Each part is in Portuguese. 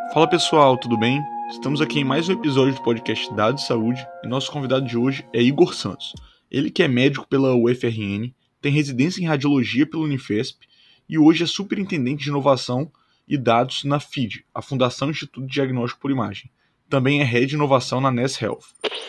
Fala pessoal, tudo bem? Estamos aqui em mais um episódio do podcast Dados de Saúde e nosso convidado de hoje é Igor Santos. Ele que é médico pela UFRN, tem residência em radiologia pela Unifesp e hoje é superintendente de inovação e dados na FID, a Fundação Instituto de Diagnóstico por Imagem. Também é head de inovação na Ness Health.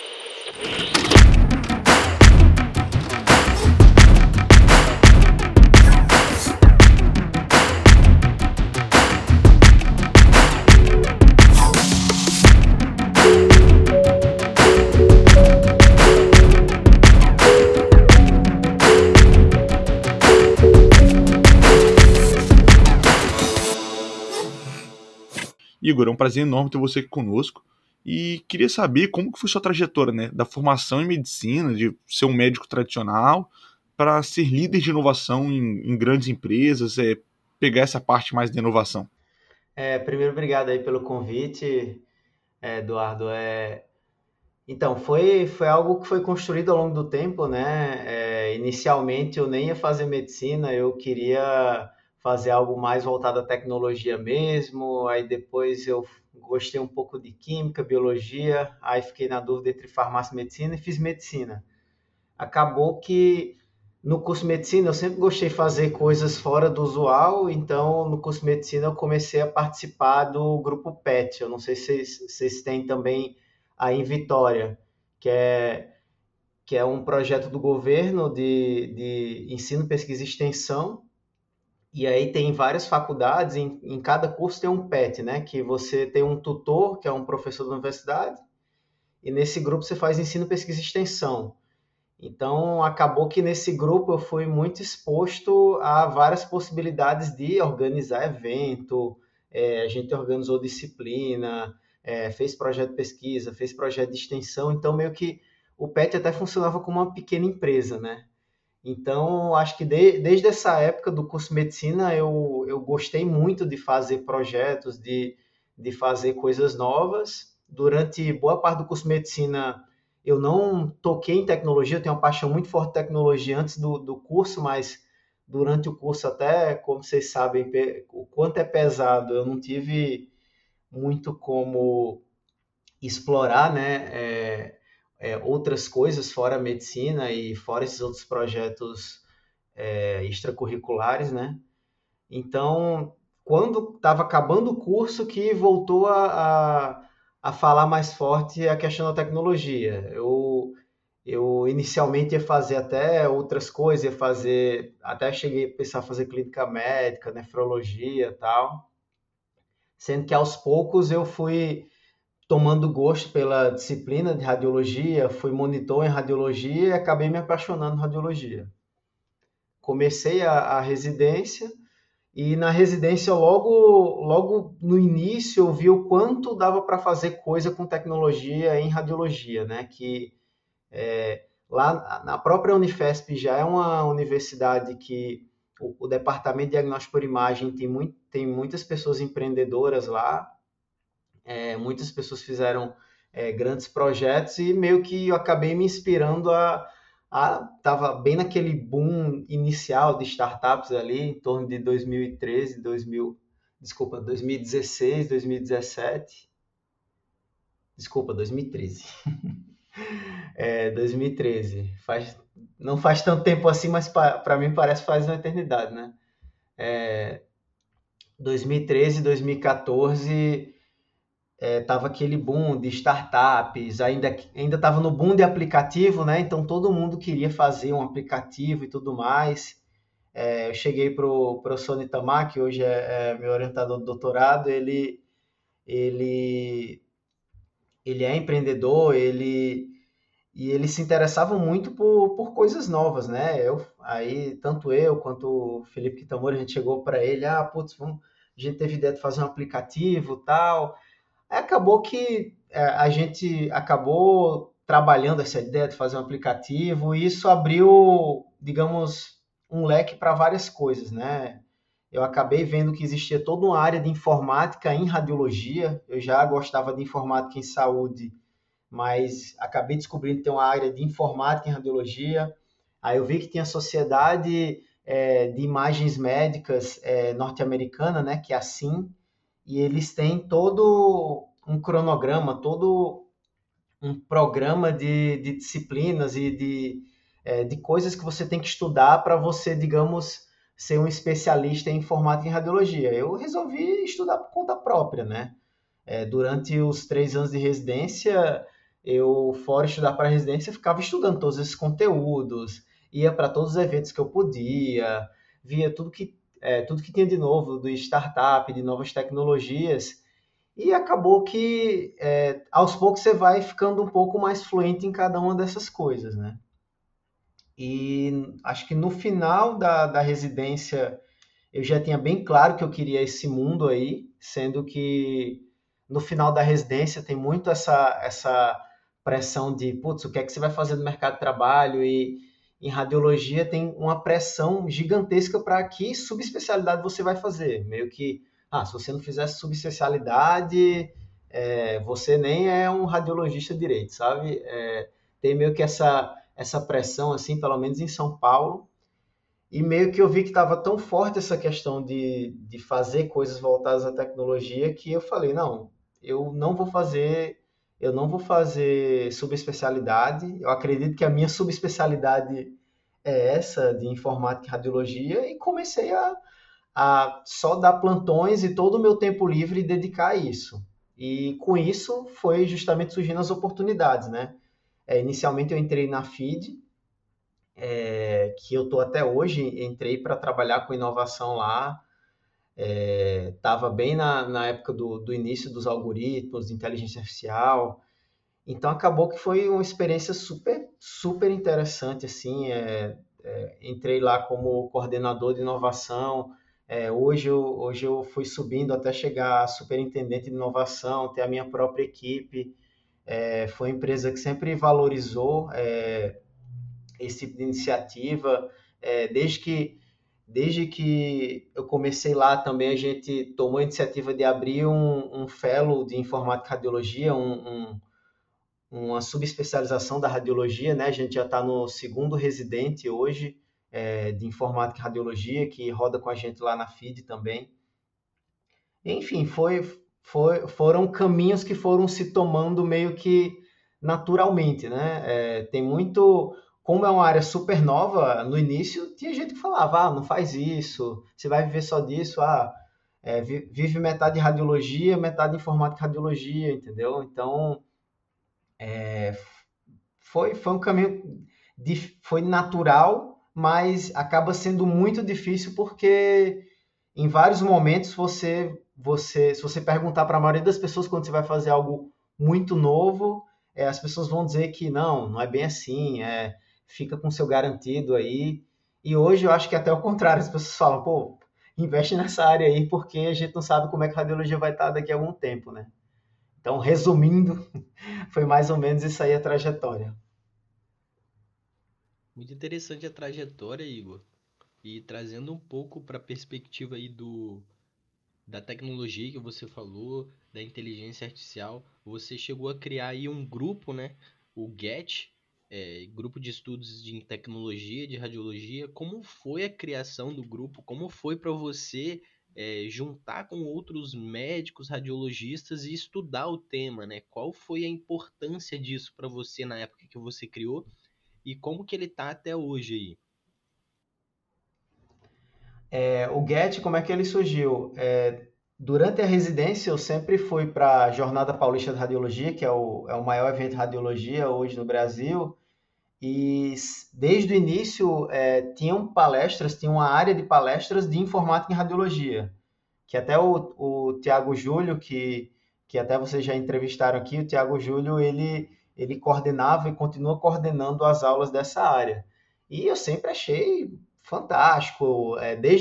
Igor, é um prazer enorme ter você aqui conosco e queria saber como que foi sua trajetória, né, da formação em medicina, de ser um médico tradicional, para ser líder de inovação em grandes empresas, pegar essa parte mais da inovação. Primeiro, obrigado aí pelo convite, Eduardo. Então, foi algo que foi construído ao longo do tempo, né? Inicialmente eu nem ia fazer medicina, eu queria fazer algo mais voltado à tecnologia mesmo. Aí depois eu gostei um pouco de química, biologia, aí fiquei na dúvida entre farmácia e medicina e fiz medicina. Acabou que no curso de medicina eu sempre gostei de fazer coisas fora do usual, então no curso de medicina eu comecei a participar do grupo PET. Eu não sei se vocês têm também aí em Vitória, que é, que é um projeto do governo de ensino, pesquisa e extensão. E aí tem várias faculdades, em cada curso tem um PET, né? Que você tem um tutor, que é um professor da universidade, e nesse grupo você faz ensino, pesquisa e extensão. Então, acabou que nesse grupo eu fui muito exposto a várias possibilidades de organizar evento, a gente organizou disciplina, fez projeto de pesquisa, fez projeto de extensão, então meio que o PET até funcionava como uma pequena empresa, né? Então, acho que desde essa época do curso de medicina eu gostei muito de fazer projetos, de fazer coisas novas. Durante boa parte do curso de medicina, eu não toquei em tecnologia, eu tenho uma paixão muito forte de tecnologia antes do curso, mas durante o curso, até como vocês sabem, o quanto é pesado, eu não tive muito como explorar, né, outras coisas fora a medicina e fora esses outros projetos extracurriculares, né? Então, quando estava acabando o curso, que voltou a falar mais forte a questão da tecnologia. Eu inicialmente ia fazer até outras coisas, até cheguei a pensar em fazer clínica médica, nefrologia e tal, sendo que aos poucos eu fui tomando gosto pela disciplina de radiologia, fui monitor em radiologia e acabei me apaixonando por radiologia. Comecei a residência e na residência logo no início eu vi o quanto dava para fazer coisa com tecnologia em radiologia, né? Que lá na própria Unifesp já é uma universidade que o departamento de diagnóstico por imagem tem muitas pessoas empreendedoras lá, muitas pessoas fizeram grandes projetos e meio que eu acabei me inspirando tava bem naquele boom inicial de startups ali, em torno de 2013, 2016, 2017, desculpa, 2013. 2013. Não faz tanto tempo assim, mas para mim parece que faz uma eternidade, né? 2013, 2014 tava aquele boom de startups, ainda tava no boom de aplicativo, né? Então todo mundo queria fazer um aplicativo e tudo mais. Eu cheguei pro professor Nitamar, que hoje é meu orientador do doutorado, ele, ele é empreendedor, e ele se interessava muito por coisas novas, né? Tanto eu quanto o Felipe Kitamura, a gente chegou para ele, putz, a gente teve ideia de fazer um aplicativo e tal. Aí acabou que a gente acabou trabalhando essa ideia de fazer um aplicativo e isso abriu, digamos, um leque para várias coisas, né? Eu acabei vendo que existia toda uma área de informática em radiologia. Eu já gostava de informática em saúde, mas acabei descobrindo que tem uma área de informática em radiologia. Aí eu vi que tinha a sociedade de imagens médicas norte-americana, né, que é a SIM, e eles têm todo um cronograma, todo um programa de disciplinas e de coisas que você tem que estudar para você, digamos, ser um especialista em informática e radiologia. Eu resolvi estudar por conta própria, né? Durante os 3 anos de residência, eu, fora estudar para residência, ficava estudando todos esses conteúdos, ia para todos os eventos que eu podia, via tudo que tinha de novo, do startup, de novas tecnologias, e acabou que aos poucos você vai ficando um pouco mais fluente em cada uma dessas coisas, né? E acho que no final da residência eu já tinha bem claro que eu queria esse mundo aí, sendo que no final da residência tem muito essa pressão de, putz, o que é que você vai fazer no mercado de trabalho? E em radiologia tem uma pressão gigantesca para que subespecialidade você vai fazer. Meio que, se você não fizer subespecialidade, você nem é um radiologista direito, sabe? Tem meio que essa pressão, assim, pelo menos em São Paulo, e meio que eu vi que estava tão forte essa questão de fazer coisas voltadas à tecnologia que eu falei, não, eu não vou fazer, eu não vou fazer subespecialidade. Eu acredito que a minha subespecialidade é essa de informática e radiologia e comecei a só dar plantões e todo o meu tempo livre dedicar a isso. E com isso foi justamente surgindo as oportunidades, né? Inicialmente eu entrei na FID, que eu estou até hoje, entrei para trabalhar com inovação lá, estava bem na época do início dos algoritmos de inteligência artificial, então acabou que foi uma experiência super, super interessante, assim, entrei lá como coordenador de inovação, hoje eu fui subindo até chegar a superintendente de inovação, ter a minha própria equipe. Foi uma empresa que sempre valorizou esse tipo de iniciativa. Desde que eu comecei lá também, a gente tomou a iniciativa de abrir um fellow de informática e radiologia, uma subespecialização da radiologia, né? A gente já está no segundo residente hoje de informática e radiologia, que roda com a gente lá na FID também. Enfim, foram caminhos que foram se tomando meio que naturalmente, né? Tem muito, como é uma área super nova, no início tinha gente que falava, não faz isso, você vai viver só disso, vive metade de radiologia, metade de informática e radiologia, entendeu? Então, foi um caminho, foi natural, mas acaba sendo muito difícil porque em vários momentos se você perguntar para a maioria das pessoas quando você vai fazer algo muito novo, as pessoas vão dizer que não é bem assim, fica com o seu garantido aí. E hoje eu acho que até o contrário, as pessoas falam, pô, investe nessa área aí porque a gente não sabe como é que a radiologia vai estar daqui a algum tempo, né? Então, resumindo, foi mais ou menos isso aí a trajetória. Muito interessante a trajetória, Igor. E trazendo um pouco para a perspectiva aí da tecnologia que você falou, da inteligência artificial, você chegou a criar aí um grupo, né? O GET, Grupo de Estudos de Tecnologia de Radiologia. Como foi a criação do grupo? Como foi para você juntar com outros médicos radiologistas e estudar o tema, né? Qual foi a importância disso para você na época que você criou e como que ele tá até hoje aí? O GET, como é que ele surgiu? Durante a residência, eu sempre fui para a Jornada Paulista de Radiologia, que é o maior evento de radiologia hoje no Brasil, e desde o início tinha uma área de palestras de informática em radiologia, que até o Tiago Júlio, que até vocês já entrevistaram aqui, o Tiago Júlio, ele coordenava e continua coordenando as aulas dessa área. E eu sempre achei fantástico,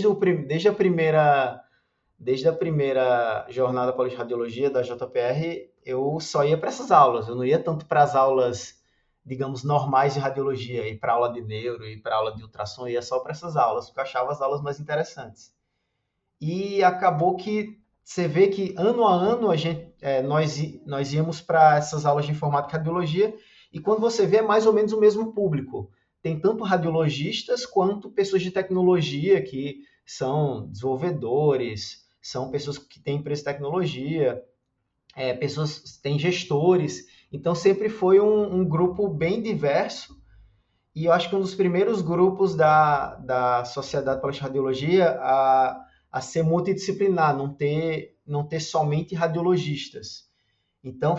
desde a primeira jornada Paulista de Radiologia da JPR, eu só ia para essas aulas, eu não ia tanto para as aulas, digamos, normais de radiologia, ir para aula de neuro, ir para aula de ultrassom, eu ia só para essas aulas, porque eu achava as aulas mais interessantes. E acabou que você vê que ano a ano nós íamos para essas aulas de informática e radiologia, e quando você vê é mais ou menos o mesmo público. Tem tanto radiologistas quanto pessoas de tecnologia que são desenvolvedores, são pessoas que têm empresa de tecnologia, pessoas têm gestores. Então, sempre foi um grupo bem diverso. E eu acho que um dos primeiros grupos da Sociedade Paulista de Radiologia a ser multidisciplinar, não ter somente radiologistas. Então,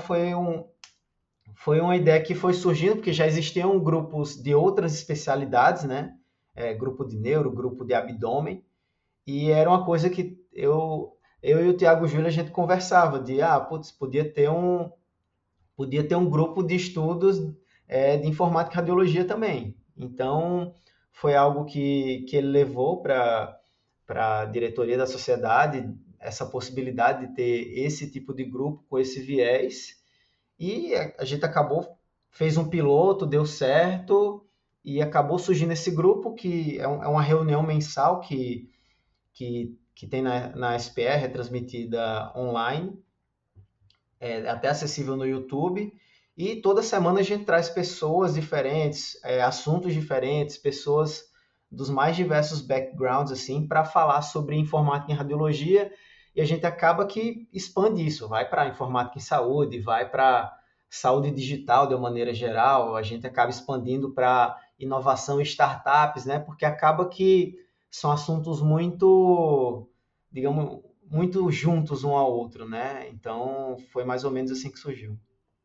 foi uma ideia que foi surgindo, porque já existiam grupos de outras especialidades, né? Grupo de neuro, grupo de abdômen, e era uma coisa que eu e o Tiago Júlio a gente conversava de, putz, podia ter um grupo de estudos de informática e radiologia também. Então, foi algo que ele levou para a diretoria da sociedade, essa possibilidade de ter esse tipo de grupo com esse viés, e a gente fez um piloto, deu certo, e acabou surgindo esse grupo, que é uma reunião mensal que tem na SPR, é transmitida online, até acessível no YouTube, e toda semana a gente traz pessoas diferentes, assuntos diferentes, pessoas dos mais diversos backgrounds, assim, para falar sobre informática em radiologia, e a gente acaba que expande isso, vai para informática em saúde, vai para saúde digital de uma maneira geral, a gente acaba expandindo para inovação e startups, né? Porque acaba que são assuntos muito, digamos, muito juntos um ao outro, né? Então, foi mais ou menos assim que surgiu.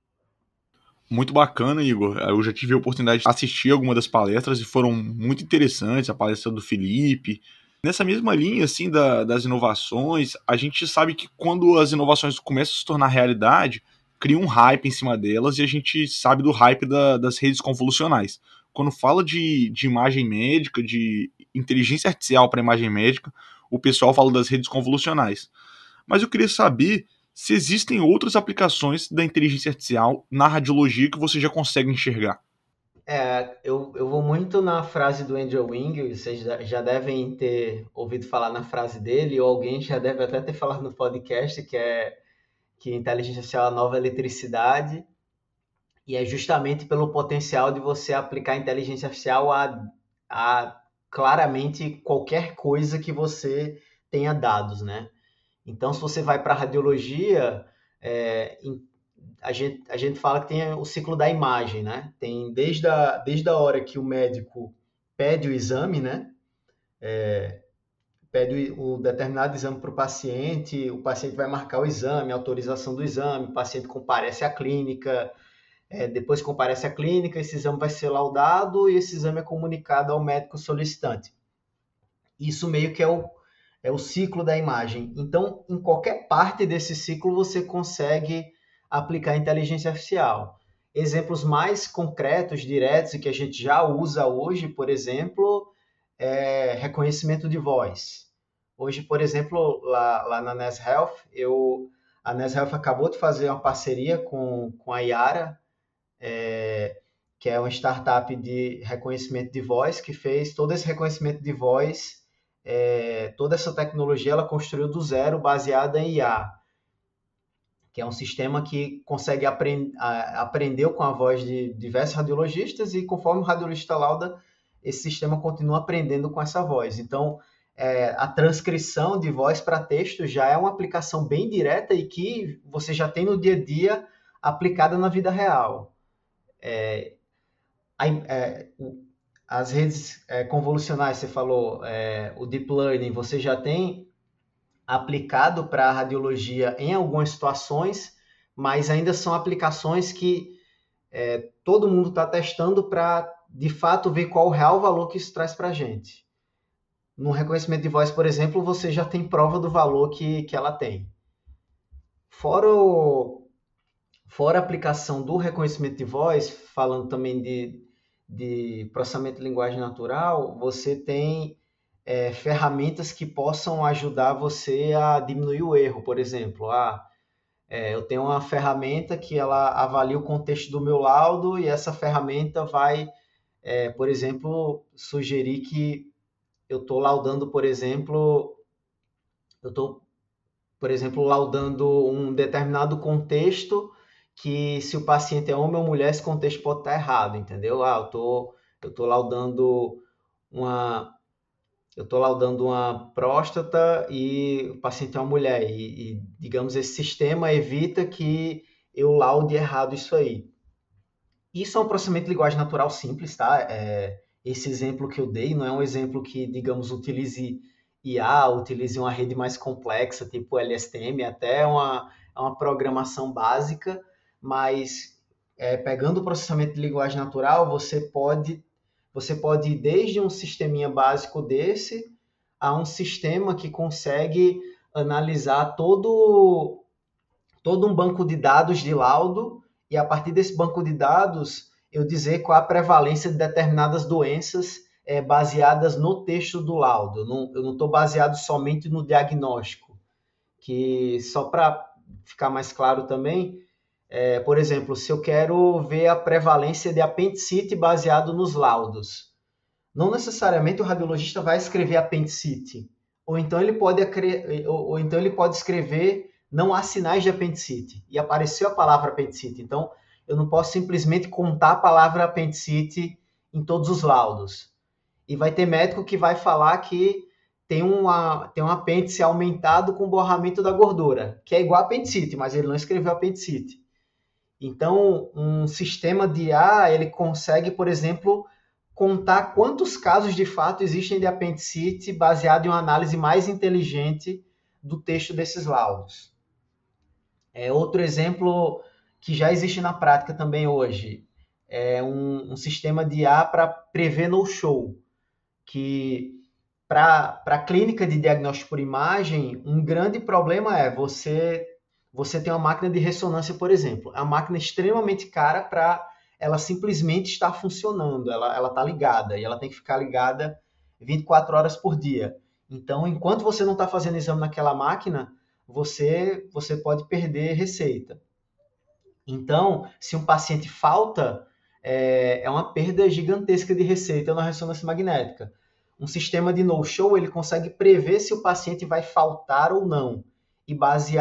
Muito bacana, Igor. Eu já tive a oportunidade de assistir algumas das palestras e foram muito interessantes, a palestra do Felipe. Nessa mesma linha, assim, das inovações, a gente sabe que quando as inovações começam a se tornar realidade, cria um hype em cima delas e a gente sabe do hype das redes convolucionais. Quando fala de imagem médica, de inteligência artificial para imagem médica, o pessoal fala das redes convolucionais. Mas eu queria saber se existem outras aplicações da inteligência artificial na radiologia que você já consegue enxergar. Eu vou muito na frase do Andrew Ng, vocês já devem ter ouvido falar na frase dele, ou alguém já deve até ter falado no podcast, que inteligência artificial é a nova eletricidade, e é justamente pelo potencial de você aplicar inteligência artificial a claramente qualquer coisa que você tenha dados, né? Então, se você vai para a radiologia, a gente fala que tem o ciclo da imagem, né? Tem desde a hora que o médico pede o exame, né? Pede o determinado exame para o paciente vai marcar o exame, a autorização do exame, o paciente comparece à clínica, depois que comparece à clínica, esse exame vai ser laudado e esse exame é comunicado ao médico solicitante. Isso meio que é o ciclo da imagem. Então, em qualquer parte desse ciclo, você consegue aplicar inteligência artificial. Exemplos mais concretos, diretos, e que a gente já usa hoje, por exemplo, é reconhecimento de voz. Hoje, por exemplo, lá na NES Health, a NES Health acabou de fazer uma parceria com a Yara, que é uma startup de reconhecimento de voz, que fez todo esse reconhecimento de voz, toda essa tecnologia ela construiu do zero, baseada em IA, que é um sistema que consegue aprender com a voz de diversos radiologistas e conforme o radiologista lauda, esse sistema continua aprendendo com essa voz. Então, a transcrição de voz para texto já é uma aplicação bem direta e que você já tem no dia a dia aplicada na vida real. As redes convolucionais, você falou, o Deep Learning, você já tem aplicado para a radiologia em algumas situações, mas ainda são aplicações que todo mundo está testando para, de fato, ver qual o real valor que isso traz para a gente. No reconhecimento de voz, por exemplo, você já tem prova do valor que ela tem. Fora a aplicação do reconhecimento de voz, falando também de processamento de linguagem natural, você tem ferramentas que possam ajudar você a diminuir o erro. Por exemplo, eu tenho uma ferramenta que ela avalia o contexto do meu laudo e essa ferramenta vai, por exemplo, sugerir que eu estou laudando, por exemplo, laudando um determinado contexto que se o paciente é homem ou mulher, esse contexto pode estar errado, entendeu? Eu tô laudando eu estou laudando uma próstata e o paciente é uma mulher. Digamos, esse sistema evita que eu laude errado isso aí. Isso é um processamento de linguagem natural simples, tá? Esse exemplo que eu dei não é um exemplo que, digamos, utilize IA, utilize uma rede mais complexa, tipo LSTM, até é uma programação básica, mas pegando o processamento de linguagem natural, você pode ir desde um sisteminha básico desse a um sistema que consegue analisar todo um banco de dados de laudo e a partir desse banco de dados eu dizer qual a prevalência de determinadas doenças baseadas no texto do laudo. Eu não estou baseado somente no diagnóstico, que só para ficar mais claro também, por exemplo, se eu quero ver a prevalência de apendicite baseado nos laudos, não necessariamente o radiologista vai escrever apendicite, ou então ele pode escrever não há sinais de apendicite e apareceu a palavra apendicite. Então, eu não posso simplesmente contar a palavra apendicite em todos os laudos. E vai ter médico que vai falar que tem um apêndice aumentado com borramento da gordura, que é igual a apendicite, mas ele não escreveu apendicite. Então, um sistema de IA, ele consegue, por exemplo, contar quantos casos de fato existem de apendicite baseado em uma análise mais inteligente do texto desses laudos. Outro exemplo que já existe na prática também hoje é um sistema de IA para prever no-show, que para a clínica de diagnóstico por imagem, um grande problema é você tem uma máquina de ressonância, por exemplo. É uma máquina extremamente cara para ela simplesmente estar funcionando. Ela está ligada e ela tem que ficar ligada 24 horas por dia. Então, enquanto você não está fazendo exame naquela máquina, você pode perder receita. Então, se um paciente falta, é uma perda gigantesca de receita na ressonância magnética. Um sistema de no-show, ele consegue prever se o paciente vai faltar ou não. E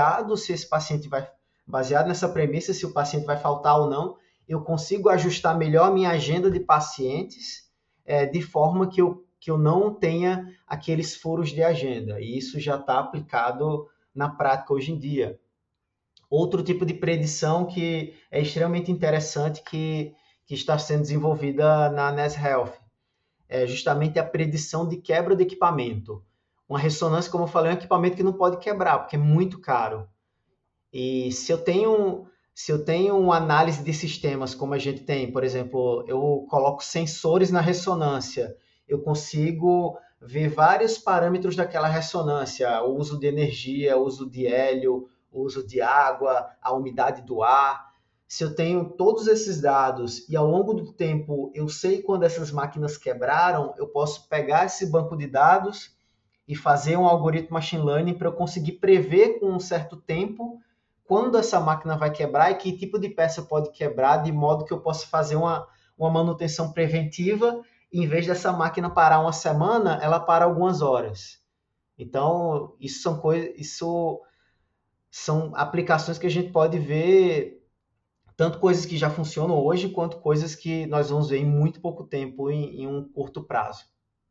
baseado nessa premissa, se o paciente vai faltar ou não, eu consigo ajustar melhor a minha agenda de pacientes, de forma que eu não tenha aqueles furos de agenda. E isso já está aplicado na prática hoje em dia. Outro tipo de predição que é extremamente interessante que está sendo desenvolvida na NesHealth é justamente a predição de quebra de equipamento. Uma ressonância, como eu falei, é um equipamento que não pode quebrar, porque é muito caro. E se eu tenho uma análise de sistemas, como a gente tem, por exemplo, eu coloco sensores na ressonância, eu consigo ver vários parâmetros daquela ressonância, o uso de energia, o uso de hélio, o uso de água, a umidade do ar. Se eu tenho todos esses dados e ao longo do tempo eu sei quando essas máquinas quebraram, eu posso pegar esse banco de dados e fazer um algoritmo machine learning para eu conseguir prever com um certo tempo quando essa máquina vai quebrar e que tipo de peça pode quebrar, de modo que eu possa fazer uma manutenção preventiva, e em vez dessa máquina parar uma semana, ela para algumas horas. Então, isso são aplicações que a gente pode ver, tanto coisas que já funcionam hoje, quanto coisas que nós vamos ver em muito pouco tempo, em um curto prazo.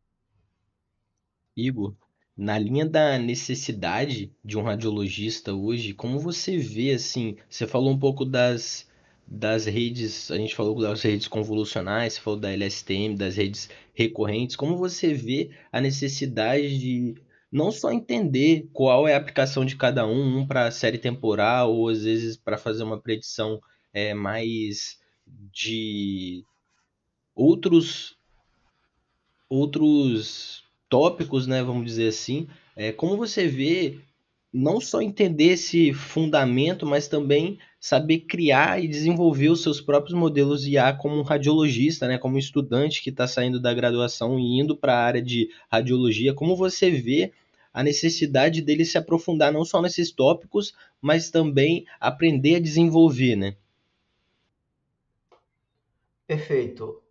Igor, na linha da necessidade de um radiologista hoje, como você vê, assim, você falou um pouco das redes, a gente falou das redes convolucionais, você falou da LSTM, das redes recorrentes, como você vê a necessidade de não só entender qual é a aplicação de cada um para série temporal, ou às vezes para fazer uma predição mais de outros outros tópicos, né, vamos dizer assim, como você vê não só entender esse fundamento, mas também saber criar e desenvolver os seus próprios modelos IA como um radiologista, né, como um estudante que está saindo da graduação e indo para a área de radiologia, como você vê a necessidade dele se aprofundar não só nesses tópicos, mas também aprender a desenvolver, né? Perfeito.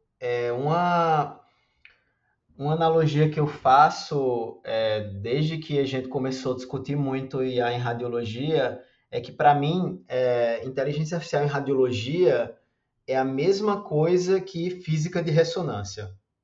Uma analogia que eu faço desde que a gente começou a discutir muito IA em radiologia é que, para mim, inteligência artificial em radiologia é a mesma coisa que física de ressonância.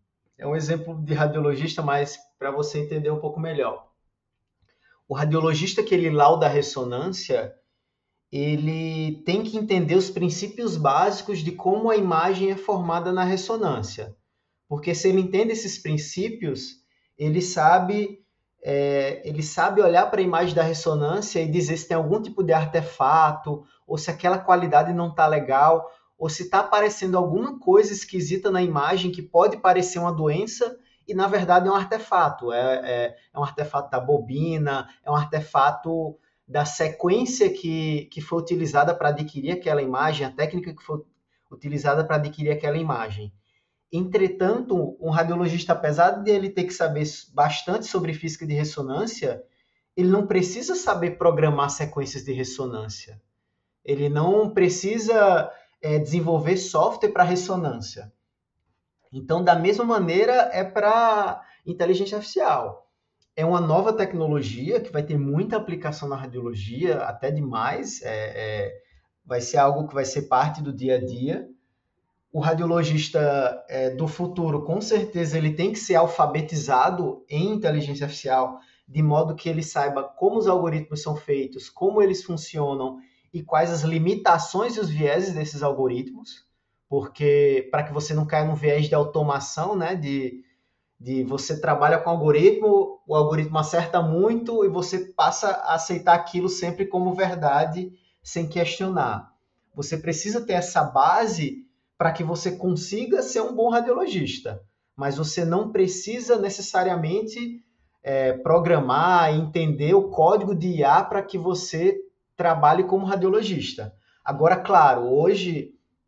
é um exemplo de radiologista, mas para você entender um pouco melhor. O radiologista que ele lauda a ressonância, ele tem que entender os princípios básicos de como a imagem é formada na ressonância. Porque se ele entende esses princípios, ele sabe olhar para a imagem da ressonância e dizer se tem algum tipo de artefato, ou se aquela qualidade não está legal, ou se está aparecendo alguma coisa esquisita na imagem que pode parecer uma doença e, na verdade, é um artefato. É um artefato da bobina, é um artefato da sequência que foi utilizada para adquirir aquela imagem, a técnica que foi utilizada para adquirir aquela imagem. Entretanto, um radiologista, apesar de ele ter que saber bastante sobre física de ressonância, ele não precisa saber programar sequências de ressonância. Ele não precisa desenvolver software para ressonância. Então, da mesma maneira, é para inteligência artificial. É uma nova tecnologia que vai ter muita aplicação na radiologia, até demais. Vai ser algo que vai ser parte do dia a dia. O radiologista do futuro, com certeza, ele tem que ser alfabetizado em inteligência artificial, de modo que ele saiba como os algoritmos são feitos, como eles funcionam e quais as limitações e os vieses desses algoritmos, porque para que você não caia no viés de automação, né, de você trabalha com algoritmo, o algoritmo acerta muito e você passa a aceitar aquilo sempre como verdade, sem questionar. Você precisa ter essa base para que você consiga ser um bom radiologista, mas você não precisa necessariamente programar e entender o código de IA para que você trabalhe como radiologista. Agora, claro, hoje,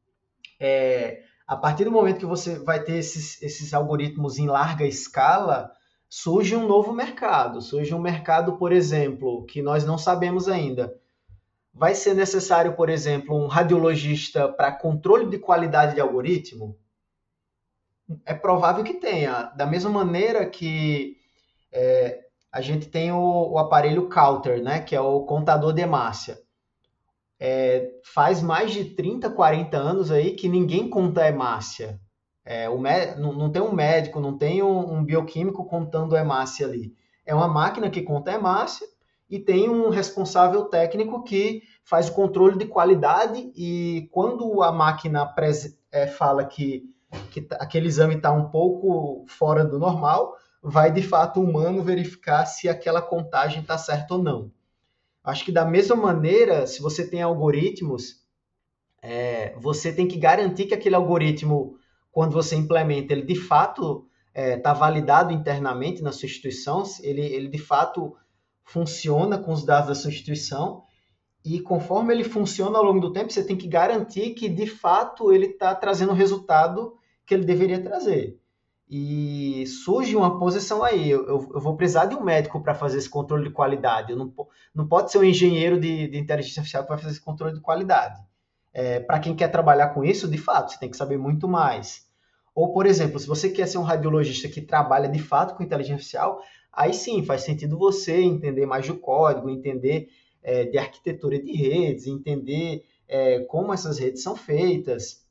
a partir do momento que você vai ter esses algoritmos em larga escala, surge um novo mercado. Surge um mercado, por exemplo, que nós não sabemos ainda. Vai ser necessário, por exemplo, um radiologista para controle de qualidade de algoritmo? É provável que tenha. Da mesma maneira que a gente tem o aparelho Counter, né, que é o contador de hemácia. Faz mais de 30, 40 anos aí que ninguém conta hemácia. Não tem um médico, não tem um bioquímico contando hemácia ali. É uma máquina que conta hemácia e tem um responsável técnico que faz o controle de qualidade e quando a máquina fala que aquele exame está um pouco fora do normal, vai de fato o humano verificar se aquela contagem está certa ou não. Acho que da mesma maneira, se você tem algoritmos, você tem que garantir que aquele algoritmo, quando você implementa, ele de fato está validado internamente na sua instituição, ele de fato funciona com os dados da sua instituição, e conforme ele funciona ao longo do tempo, você tem que garantir que, de fato, ele está trazendo o resultado que ele deveria trazer. E surge uma posição aí, eu vou precisar de um médico para fazer esse controle de qualidade, não pode ser um engenheiro de inteligência artificial que vai fazer esse controle de qualidade. Para quem quer trabalhar com isso, de fato, você tem que saber muito mais. Ou, por exemplo, se você quer ser um radiologista que trabalha de fato com inteligência artificial, aí sim, faz sentido você entender mais do código, entender de arquitetura de redes, entender como essas redes são feitas.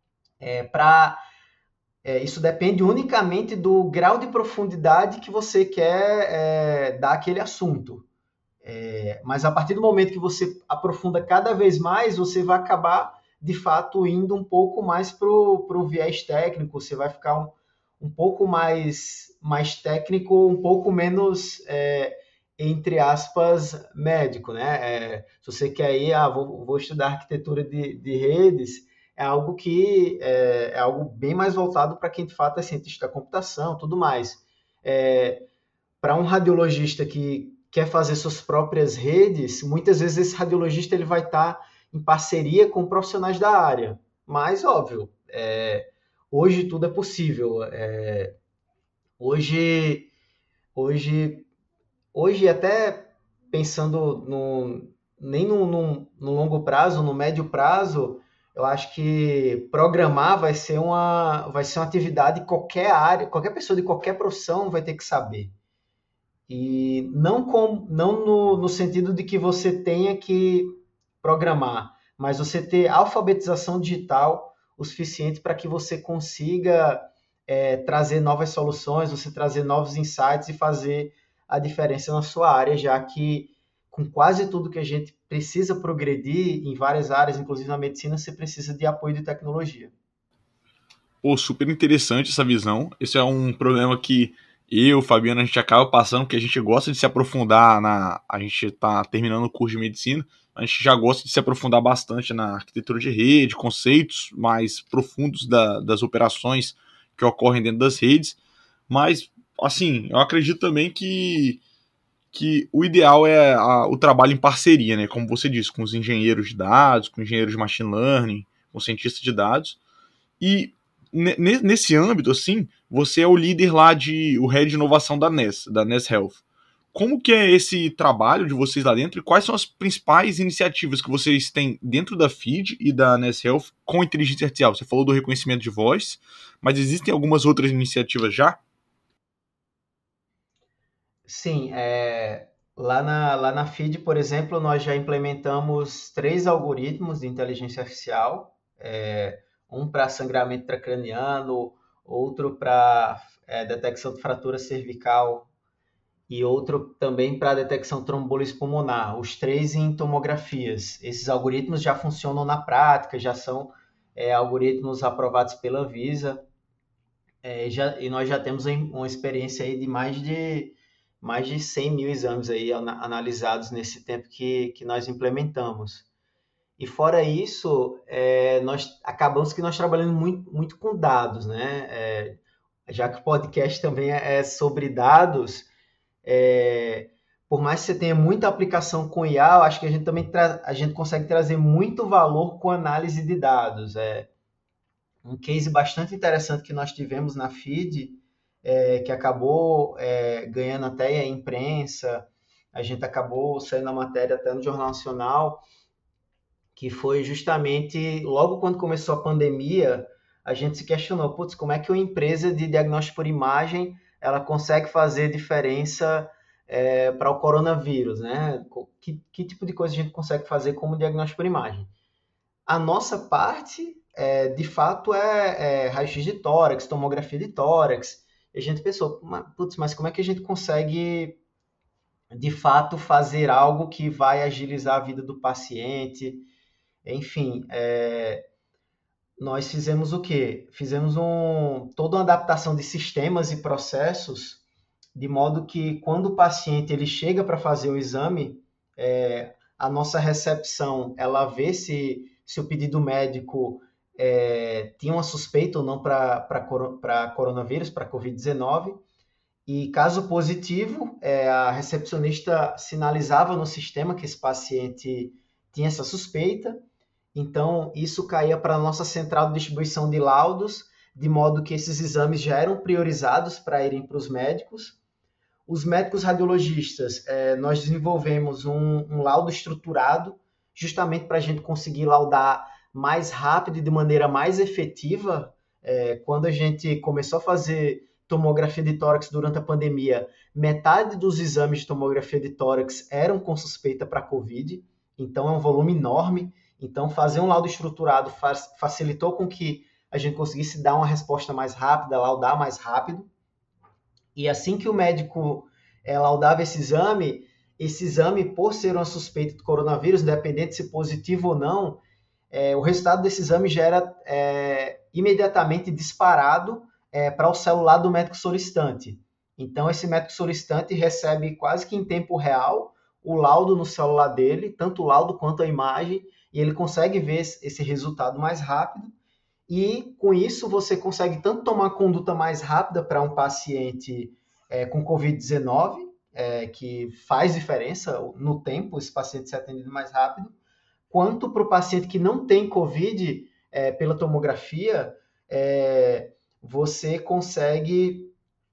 Isso depende unicamente do grau de profundidade que você quer dar àquele assunto. Mas a partir do momento que você aprofunda cada vez mais, você vai acabar, de fato, indo um pouco mais para o viés técnico, você vai ficar um pouco mais técnico, um pouco menos, entre aspas, médico, né? Se você quer ir, vou estudar arquitetura de redes, é algo que é algo bem mais voltado para quem, de fato, é cientista da computação, tudo mais. Para um radiologista que quer fazer suas próprias redes, muitas vezes esse radiologista ele vai estar em parceria com profissionais da área. Mas, óbvio, hoje tudo é possível. Hoje, até pensando nem no longo prazo, no médio prazo, eu acho que programar vai ser uma atividade que qualquer pessoa de qualquer profissão vai ter que saber. E não no sentido de que você tenha que programar, mas você ter alfabetização digital o suficiente para que você consiga trazer novas soluções, você trazer novos insights e fazer a diferença na sua área, já que com quase tudo que a gente precisa progredir em várias áreas, inclusive na medicina, você precisa de apoio de tecnologia. Pô, super interessante essa visão. Esse é um problema que eu, Fabiano, a gente acaba passando, porque a gente gosta de se aprofundar A gente está terminando o curso de medicina, a gente já gosta de se aprofundar bastante na arquitetura de rede, conceitos mais profundos das operações que ocorrem dentro das redes. Mas, assim, eu acredito também que o ideal é o trabalho em parceria, né? Como você disse, com os engenheiros de dados, com engenheiros de machine learning, com cientistas de dados. E nesse âmbito, assim, você é o líder lá o head de inovação da NES Health. Como que é esse trabalho de vocês lá dentro e quais são as principais iniciativas que vocês têm dentro da FEED e da NES Health com inteligência artificial? Você falou do reconhecimento de voz, mas existem algumas outras iniciativas já? Sim, lá na FEED, por exemplo, nós já implementamos 3 algoritmos de inteligência artificial, um para sangramento intracraniano, outro para detecção de fratura cervical e outro também para detecção de trombolise pulmonar, os 3 em tomografias. Esses algoritmos já funcionam na prática, já são algoritmos aprovados pela Anvisa, e nós já temos uma experiência aí de mais de 100 mil exames aí analisados nesse tempo que nós implementamos. E fora isso, nós acabamos que nós trabalhamos muito, muito com dados, né? Já que o podcast também é sobre dados, por mais que você tenha muita aplicação com IA, eu acho que a gente também a gente consegue trazer muito valor com análise de dados. Um case bastante interessante que nós tivemos na FEED, que acabou ganhando até a imprensa, a gente acabou saindo na matéria até no Jornal Nacional, que foi justamente logo quando começou a pandemia, a gente se questionou, putz, como é que uma empresa de diagnóstico por imagem ela consegue fazer diferença para o coronavírus, né? Que tipo de coisa a gente consegue fazer como diagnóstico por imagem? A nossa parte, de fato, é raio-x de tórax, tomografia de tórax. E a gente pensou, putz, mas como é que a gente consegue, de fato, fazer algo que vai agilizar a vida do paciente? Enfim, nós fizemos o quê? Fizemos toda uma adaptação de sistemas e processos, de modo que quando o paciente ele chega para fazer o exame, a nossa recepção ela vê se o pedido médico tinha uma suspeita ou não para coronavírus, para Covid-19, e caso positivo, a recepcionista sinalizava no sistema que esse paciente tinha essa suspeita, então isso caía para a nossa central de distribuição de laudos, de modo que esses exames já eram priorizados para irem para os médicos. Os médicos radiologistas, nós desenvolvemos um laudo estruturado, justamente para a gente conseguir laudar mais rápido e de maneira mais efetiva. Quando a gente começou a fazer tomografia de tórax durante a pandemia, metade dos exames de tomografia de tórax eram com suspeita para COVID, então é um volume enorme. Então, fazer um laudo estruturado facilitou com que a gente conseguisse dar uma resposta mais rápida, laudar mais rápido. E assim que o médico laudava esse exame, por ser uma suspeita de coronavírus, independente se positivo ou não, o resultado desse exame já era imediatamente disparado para o celular do médico solicitante. Então, esse médico solicitante recebe quase que em tempo real o laudo no celular dele, tanto o laudo quanto a imagem, e ele consegue ver esse resultado mais rápido. E com isso você consegue tanto tomar conduta mais rápida para um paciente com Covid-19, que faz diferença no tempo, esse paciente ser atendido mais rápido, quanto para o paciente que não tem Covid, pela tomografia, você consegue,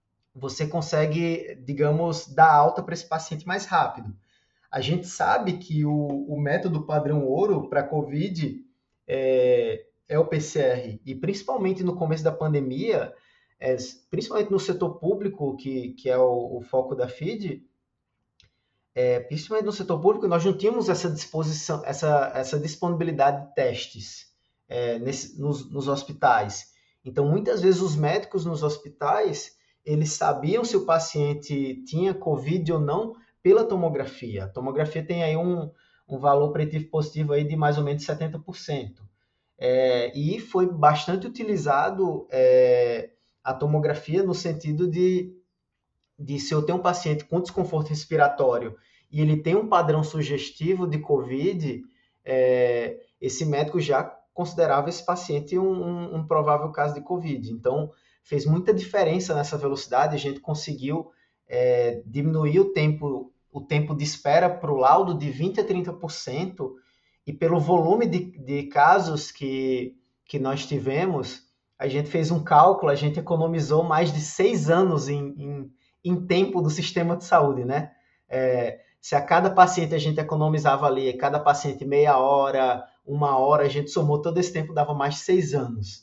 digamos, dar alta para esse paciente mais rápido. A gente sabe que o método padrão ouro para Covid é o PCR. E principalmente no começo da pandemia, principalmente no setor público, que é o foco da FEED, principalmente no setor público, nós não tínhamos essa disponibilidade de testes nos hospitais. Então, muitas vezes os médicos nos hospitais, eles sabiam se o paciente tinha COVID ou não pela tomografia. A tomografia tem aí um valor preditivo positivo aí de mais ou menos 70%. E foi bastante utilizado a tomografia no sentido de se eu tenho um paciente com desconforto respiratório e ele tem um padrão sugestivo de COVID, esse médico já considerava esse paciente um provável caso de COVID. Então, fez muita diferença nessa velocidade, a gente conseguiu diminuir o tempo de espera para o laudo de 20% a 30%, e pelo volume de casos que nós tivemos, a gente fez um cálculo, a gente economizou mais de 6 anos em tempo do sistema de saúde, né? Se a cada paciente a gente economizava ali, cada paciente meia hora, 1 hora, a gente somou todo esse tempo, dava mais de 6 anos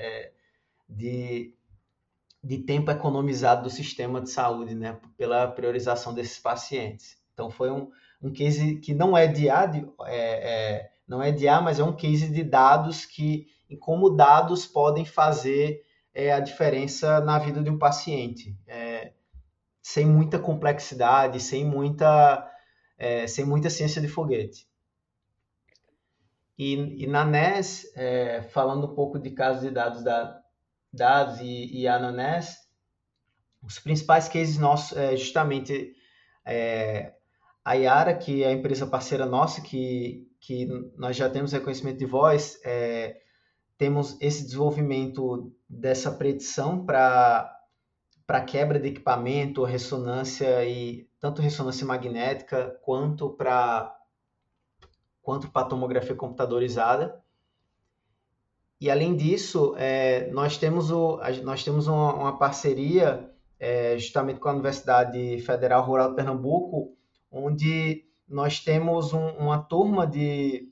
de tempo economizado do sistema de saúde, né? Pela priorização desses pacientes. Então, foi um case que não é de A, não é de A, mas é um case de dados e como dados podem fazer a diferença na vida de um paciente. Sem muita complexidade, sem muita ciência de foguete. E na NES, falando um pouco de casos de dados e a NES, os principais cases nossos é justamente a Yara, que é a empresa parceira nossa, que nós já temos reconhecimento de voz, temos esse desenvolvimento dessa predição para quebra de equipamento, ressonância, e tanto ressonância magnética quanto para tomografia computadorizada. E além disso, nós temos uma parceria justamente com a Universidade Federal Rural de Pernambuco, onde nós temos uma turma de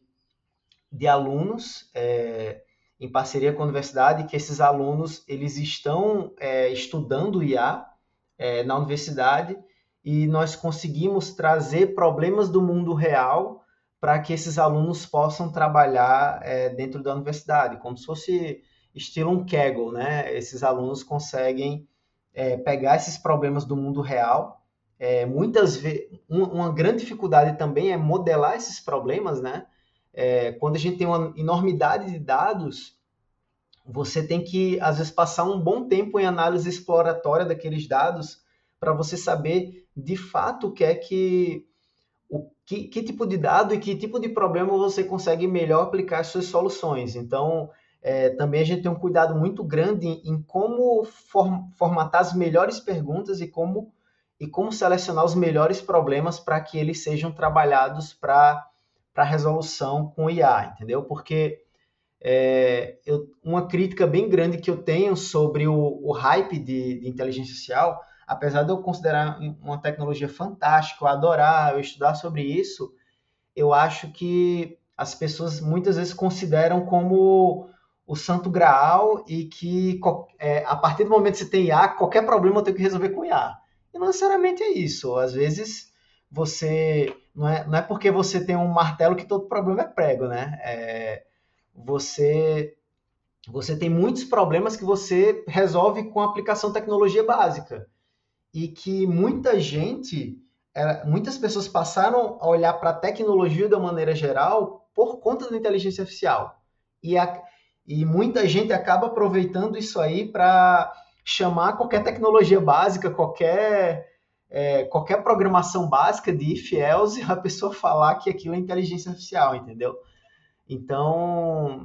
alunos em parceria com a universidade, que esses alunos eles estão estudando IA na universidade, e nós conseguimos trazer problemas do mundo real para que esses alunos possam trabalhar dentro da universidade, como se fosse estilo um Kaggle, né? Esses alunos conseguem pegar esses problemas do mundo real. Muitas vezes, uma grande dificuldade também é modelar esses problemas, né? Quando a gente tem uma enormidade de dados, você tem que, às vezes, passar um bom tempo em análise exploratória daqueles dados para você saber, de fato, o que é que tipo de dado e que tipo de problema você consegue melhor aplicar as suas soluções. Então, também a gente tem um cuidado muito grande em como formatar as melhores perguntas e como selecionar os melhores problemas para que eles sejam trabalhados para resolução com IA, entendeu? Porque uma crítica bem grande que eu tenho sobre o hype de inteligência artificial, apesar de eu considerar uma tecnologia fantástica, eu adorar, eu estudar sobre isso, eu acho que as pessoas muitas vezes consideram como o santo graal, e que a partir do momento que você tem IA, qualquer problema eu tenho que resolver com IA. E não necessariamente é isso. Às vezes você não é porque você tem um martelo que todo problema é prego, né? Você tem muitos problemas que você resolve com a aplicação de tecnologia básica, e que muitas pessoas passaram a olhar para a tecnologia da maneira geral por conta da inteligência artificial. E muita gente acaba aproveitando isso aí para chamar qualquer tecnologia básica, qualquer programação básica de if else, a pessoa falar que aquilo é inteligência artificial, entendeu? Então,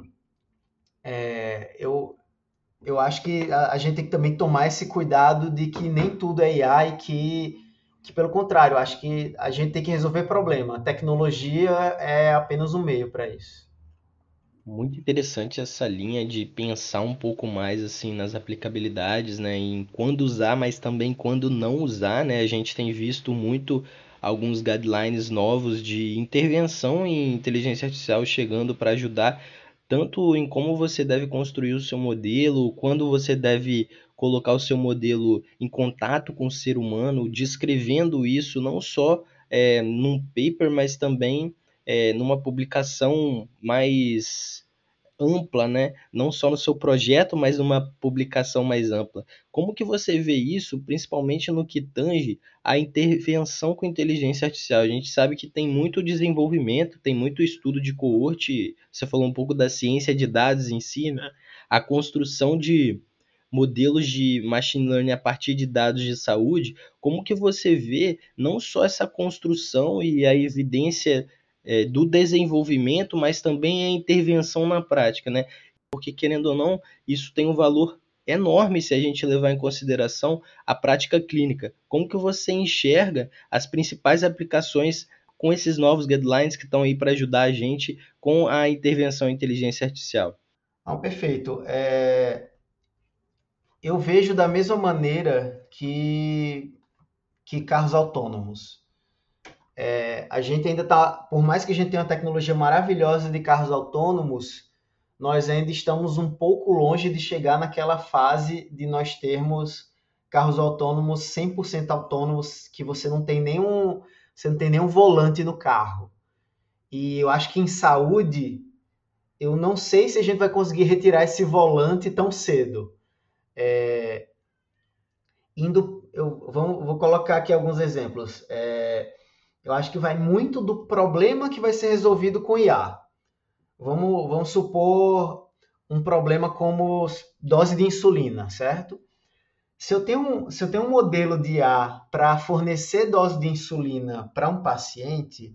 eu acho que a gente tem que também tomar esse cuidado de que nem tudo é IA, e que pelo contrário, eu acho que a gente tem que resolver problema. A tecnologia é apenas um meio para isso. Muito interessante essa linha de pensar um pouco mais assim nas aplicabilidades, né, em quando usar, mas também quando não usar, né? A gente tem visto muito alguns guidelines novos de intervenção em inteligência artificial chegando para ajudar tanto em como você deve construir o seu modelo, quando você deve colocar o seu modelo em contato com o ser humano, descrevendo isso não só num paper, mas também numa publicação mais ampla, né? Não só no seu projeto, mas numa publicação mais ampla. Como que você vê isso, principalmente no que tange a intervenção com inteligência artificial? A gente sabe que tem muito desenvolvimento, tem muito estudo de coorte, você falou um pouco da ciência de dados em si, né? A construção de modelos de machine learning a partir de dados de saúde. Como que você vê não só essa construção e a evidência do desenvolvimento, mas também a intervenção na prática, né? Porque, querendo ou não, isso tem um valor enorme se a gente levar em consideração a prática clínica. Como que você enxerga as principais aplicações com esses novos guidelines que estão aí para ajudar a gente com a intervenção em inteligência artificial? Não, perfeito. Eu vejo da mesma maneira que carros autônomos. A gente ainda está, por mais que a gente tenha uma tecnologia maravilhosa de carros autônomos, nós ainda estamos um pouco longe de chegar naquela fase de nós termos carros autônomos 100% autônomos, que você não tem nenhum volante no carro. E eu acho que em saúde, eu não sei se a gente vai conseguir retirar esse volante tão cedo. Vou colocar aqui alguns exemplos. Eu acho que vai muito do problema que vai ser resolvido com IA. Vamos supor um problema como dose de insulina, certo? Se eu tenho um modelo de IA para fornecer dose de insulina para um paciente,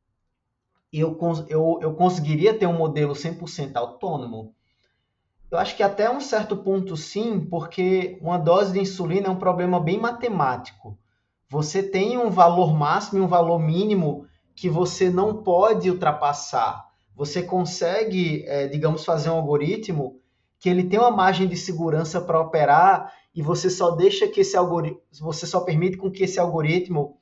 eu conseguiria ter um modelo 100% autônomo? Eu acho que até um certo ponto sim, porque uma dose de insulina é um problema bem matemático. Você tem um valor máximo e um valor mínimo que você não pode ultrapassar. Você consegue, digamos, fazer um algoritmo que ele tem uma margem de segurança para operar e você só deixa que você só permite com que esse algoritmo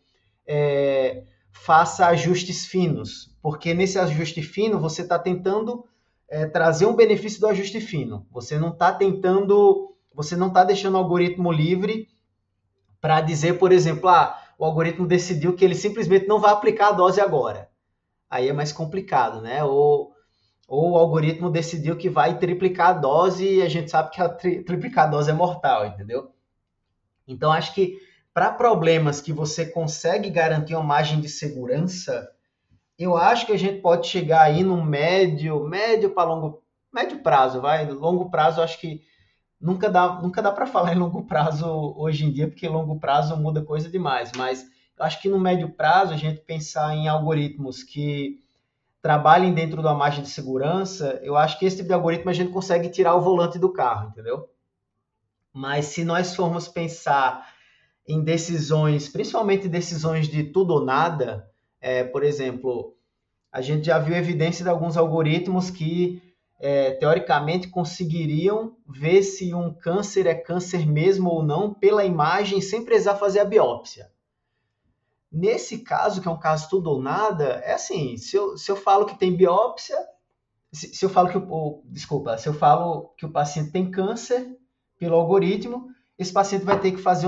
faça ajustes finos, porque nesse ajuste fino você está tentando trazer um benefício do ajuste fino. Você não está deixando o algoritmo livre para dizer, por exemplo, o algoritmo decidiu que ele simplesmente não vai aplicar a dose agora. Aí é mais complicado, né? Ou o algoritmo decidiu que vai triplicar a dose e a gente sabe que a triplicar a dose é mortal, entendeu? Então, acho que para problemas que você consegue garantir uma margem de segurança, eu acho que a gente pode chegar aí no médio para médio prazo, vai. Longo prazo, acho que nunca dá para falar em longo prazo hoje em dia, porque longo prazo muda coisa demais. Mas eu acho que no médio prazo, a gente pensar em algoritmos que trabalhem dentro da margem de segurança, eu acho que esse tipo de algoritmo a gente consegue tirar o volante do carro, entendeu? Mas se nós formos pensar em decisões, principalmente decisões de tudo ou nada, por exemplo, a gente já viu evidência de alguns algoritmos que, teoricamente, conseguiriam ver se um câncer é câncer mesmo ou não pela imagem, sem precisar fazer a biópsia. Nesse caso, que é um caso tudo ou nada, é assim, se eu falo que tem biópsia, se eu falo se eu falo que o paciente tem câncer pelo algoritmo, esse paciente vai ter que fazer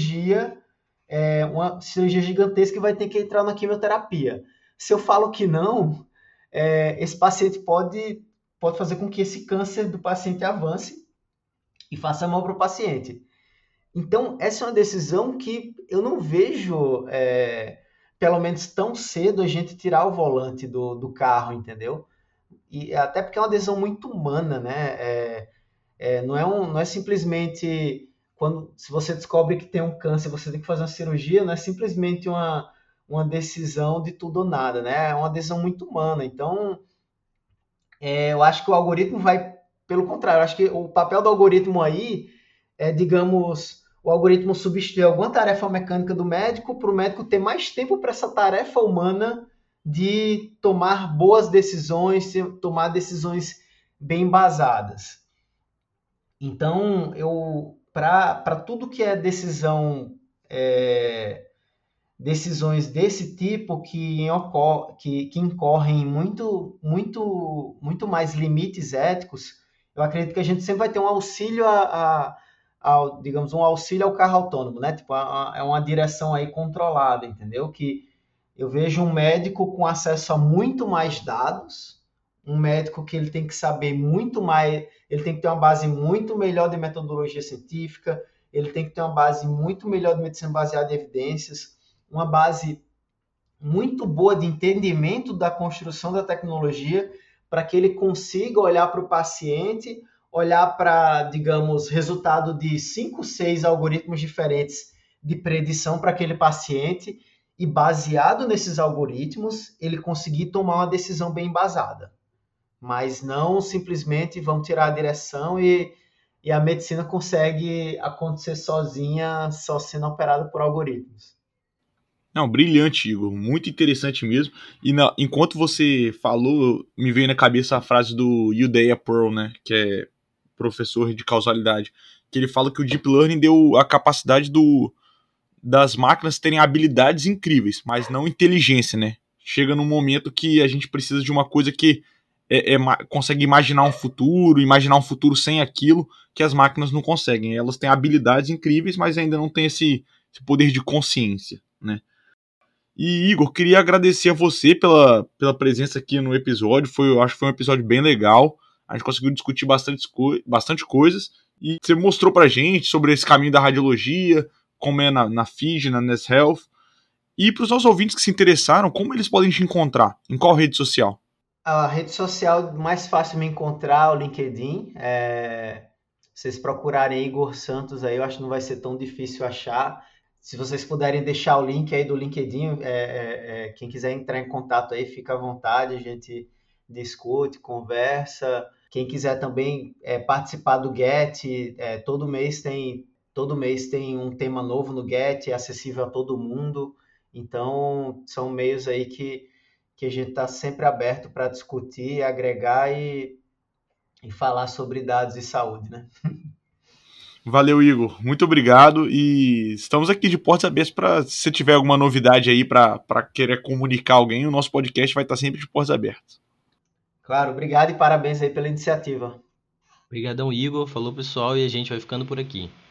uma cirurgia gigantesca e vai ter que entrar na quimioterapia. Se eu falo que não, esse paciente pode fazer com que esse câncer do paciente avance e faça mal para o paciente. Então, essa é uma decisão que eu não vejo, pelo menos tão cedo, a gente tirar o volante do carro, entendeu? E até porque é uma decisão muito humana, né? Não é simplesmente se você descobre que tem um câncer, você tem que fazer uma cirurgia, não é simplesmente uma decisão de tudo ou nada, né? É uma decisão muito humana. Então, eu acho que o algoritmo vai, pelo contrário, eu acho que o papel do algoritmo aí digamos, o algoritmo substituir alguma tarefa mecânica do médico para o médico ter mais tempo para essa tarefa humana de tomar boas decisões, tomar decisões bem embasadas. Então, para tudo que é decisões desse tipo que incorrem muito mais limites éticos, eu acredito que a gente sempre vai ter um auxílio digamos, um auxílio ao carro autônomo, né? Tipo, é uma direção aí controlada, entendeu? Que eu vejo um médico com acesso a muito mais dados, um médico que ele tem que saber muito mais, ele tem que ter uma base muito melhor de metodologia científica, ele tem que ter uma base muito melhor de medicina baseada em evidências, uma base muito boa de entendimento da construção da tecnologia, para que ele consiga olhar para o paciente, olhar para, digamos, resultado de 5, 6 algoritmos diferentes de predição para aquele paciente e, baseado nesses algoritmos, ele conseguir tomar uma decisão bem embasada. Mas não simplesmente vão tirar a direção e a medicina consegue acontecer sozinha, só sendo operada por algoritmos. Não, brilhante, Igor. Muito interessante mesmo. E enquanto você falou, me veio na cabeça a frase do Uday Pearl, né? Que é professor de causalidade. Que ele fala que o Deep Learning deu a capacidade das máquinas terem habilidades incríveis, mas não inteligência, né? Chega num momento que a gente precisa de uma coisa que consegue imaginar um futuro sem aquilo, que as máquinas não conseguem. Elas têm habilidades incríveis, mas ainda não têm esse poder de consciência, né? E, Igor, queria agradecer a você pela presença aqui no episódio. Eu acho que foi um episódio bem legal. A gente conseguiu discutir bastante coisas. E você mostrou pra gente sobre esse caminho da radiologia, como é na FIG, na Ness Health. E para os nossos ouvintes que se interessaram, como eles podem te encontrar? Em qual rede social? A rede social mais fácil de me encontrar é o LinkedIn. Vocês procurarem Igor Santos aí, eu acho que não vai ser tão difícil achar. Se vocês puderem deixar o link aí do LinkedIn, quem quiser entrar em contato aí, fica à vontade, a gente discute, conversa. Quem quiser também participar do Get, todo mês tem um tema novo no Get, é acessível a todo mundo. Então, são meios aí que a gente está sempre aberto para discutir, agregar e falar sobre dados e saúde, né? Valeu, Igor. Muito obrigado. E estamos aqui de portas abertas para, se você tiver alguma novidade aí para querer comunicar alguém, o nosso podcast vai estar sempre de portas abertas. Claro, obrigado e parabéns aí pela iniciativa. Obrigadão, Igor. Falou, pessoal, e a gente vai ficando por aqui.